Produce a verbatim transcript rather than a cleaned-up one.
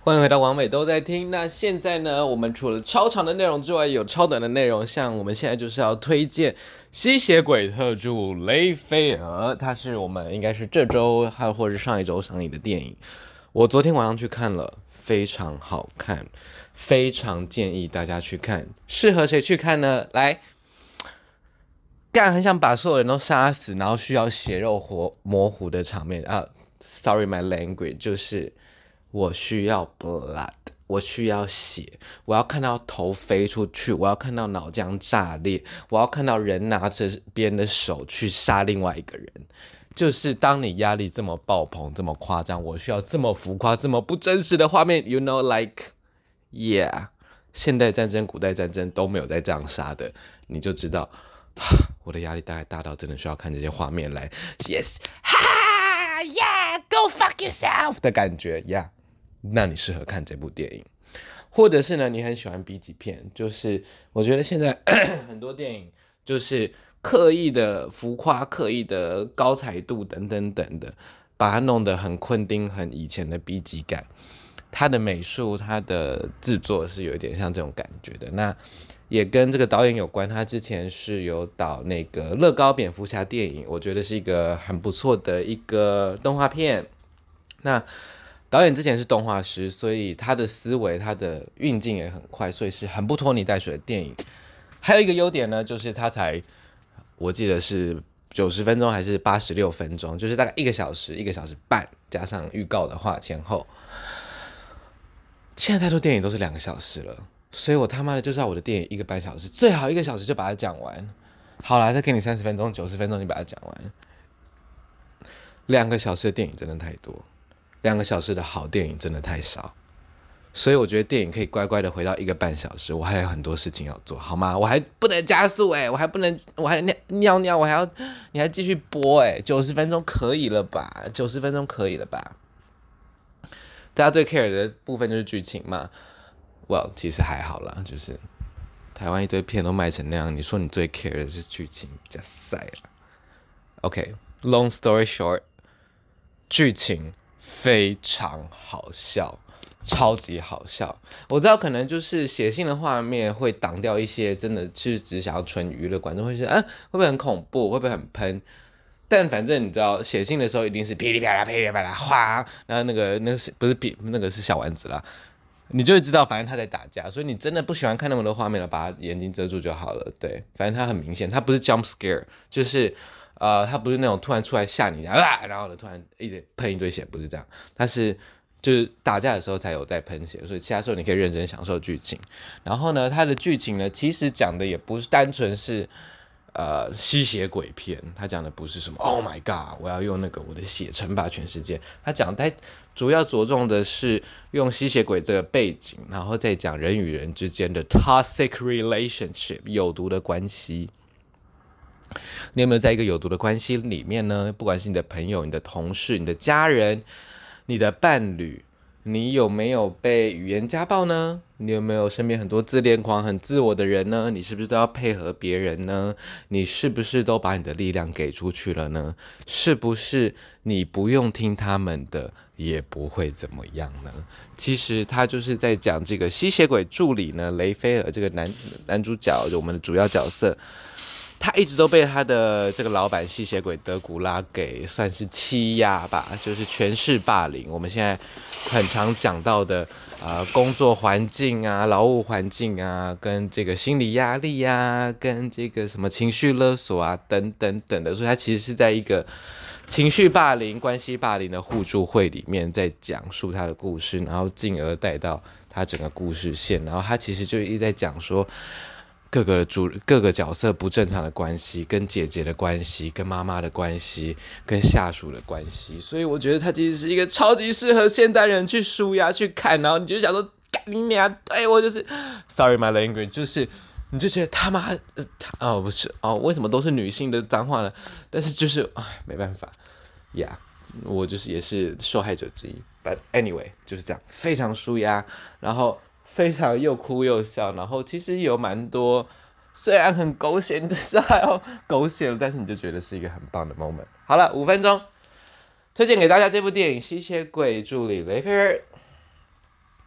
欢迎回到王美都在听。那现在呢，我们除了超长的内容之外，有超短的内容。像我们现在就是要推荐吸血鬼特助雷菲尔，他是我们应该是这周还有或者是上一周上映的电影。我昨天晚上去看了，非常好看，非常建议大家去看。适合谁去看呢？来，干很想把所有人都杀死，然后需要血肉活模糊的场面啊。Sorry my language，就是我需要 blood， 我需要血，我要看到头飞出去，我要看到脑浆炸裂，我要看到人拿着别人的手去杀另外一个人。就是当你压力这么爆棚、这么夸张，我需要这么浮夸、这么不真实的画面。You know, like, yeah， 现代战争、古代战争都没有在这样杀的，你就知道我的压力大概大到真的需要看这些画面来 ，yes， 哈哈 ，yeah，go fuck yourself 的感觉 ，yeah。那你适合看这部电影，或者是呢，你很喜欢 B 级片，就是我觉得现在很多电影就是刻意的浮夸、刻意的高彩度等等等的，把它弄得很昆汀、很以前的 B 级感。它的美术、它的制作是有一点像这种感觉的。那也跟这个导演有关，他之前是有导那个乐高蝙蝠侠电影，我觉得是一个很不错的一个动画片。那导演之前是动画师，所以他的思维、他的运镜也很快，所以是很不拖泥带水的电影。还有一个优点呢，就是他才我记得是九十分钟还是八十六分钟，就是大概一个小时、一个小时半，加上预告的话前后。现在太多电影都是两个小时了，所以我他妈的就是要我的电影一个半小时，最好一个小时就把它讲完。好啦，再给你三十分钟、九十分钟，你把它讲完。两个小时的电影真的太多，两个小时的好电影真的太少，所以我觉得电影可以乖乖的回到一个半小时。我还有很多事情要做，好吗？我还不能加速哎、欸，我还不能，我还尿尿，我还要，你还继续播哎、欸，九十分钟可以了吧？九十分钟可以了吧？大家最 care 的部分就是剧情嘛。Well， 其实还好啦，就是台湾一堆片都卖成那样，你说你最 care 的是剧情，加塞了。OK，long、okay, story short， 剧情非常好笑，超级好笑。我知道可能就是血腥的画面会挡掉一些真的是只想要纯娱乐观众，会说啊会不会很恐怖，会不会很喷？但反正你知道，血腥的时候一定是噼里啪啦、噼里啪啦，哗，然后那个那个是不是噼那个是小丸子啦，你就会知道，反正他在打架，所以你真的不喜欢看那么多画面了，把他眼睛遮住就好了。对，反正他很明显，他不是 jump scare， 就是呃，他不是那种突然出来吓你啊，然后呢突然一直喷一堆血，不是这样，他是就是打架的时候才有在喷血，所以其他时候你可以认真享受剧情。然后呢，他的剧情呢，其实讲的也不是单纯是。呃，吸血鬼片，他讲的不是什么 Oh my God， 我要用那个我的血称霸全世界。他讲他主要着重的是用吸血鬼这个背景，然后再讲人与人之间的 toxic relationship 有毒的关系。你有没有在一个有毒的关系里面呢？不管是你的朋友、你的同事、你的家人、你的伴侣。你有没有被语言家暴呢？你有没有身边很多自恋狂、很自我的人呢？你是不是都要配合别人呢？你是不是都把你的力量给出去了呢？是不是你不用听他们的也不会怎么样呢？其实他就是在讲这个吸血鬼助理呢，雷菲尔这个男男主角，就我们的主要角色。他一直都被他的这个老板吸血鬼德古拉给算是欺压吧，就是权势霸凌。我们现在很常讲到的，呃，工作环境啊、劳务环境啊，跟这个心理压力啊，跟这个什么情绪勒索啊，等等等的，所以他其实是在一个情绪霸凌、关系霸凌的互助会里面，在讲述他的故事，然后进而带到他整个故事线，然后他其实就一直在讲说。各个主各个角色不正常的关系，跟姐姐的关系，跟妈妈的关系，跟下属的关系，所以我觉得它其实是一个超级适合现代人去舒压去看，然后你就想说，干你娘！对我就是，sorry my language， 就是你就觉得他妈，呃、哦不是哦，为什么都是女性的脏话呢？但是就是哎没办法呀， yeah, 我就是也是受害者之一。But anyway 就是这样，非常舒压，然后。非常又哭又笑，然后其实有蛮多，虽然很狗血，你就知道要狗血了，但是你就觉得是一个很棒的 moment。好了，五分钟，推荐给大家这部电影《吸血鬼助理雷菲尔》，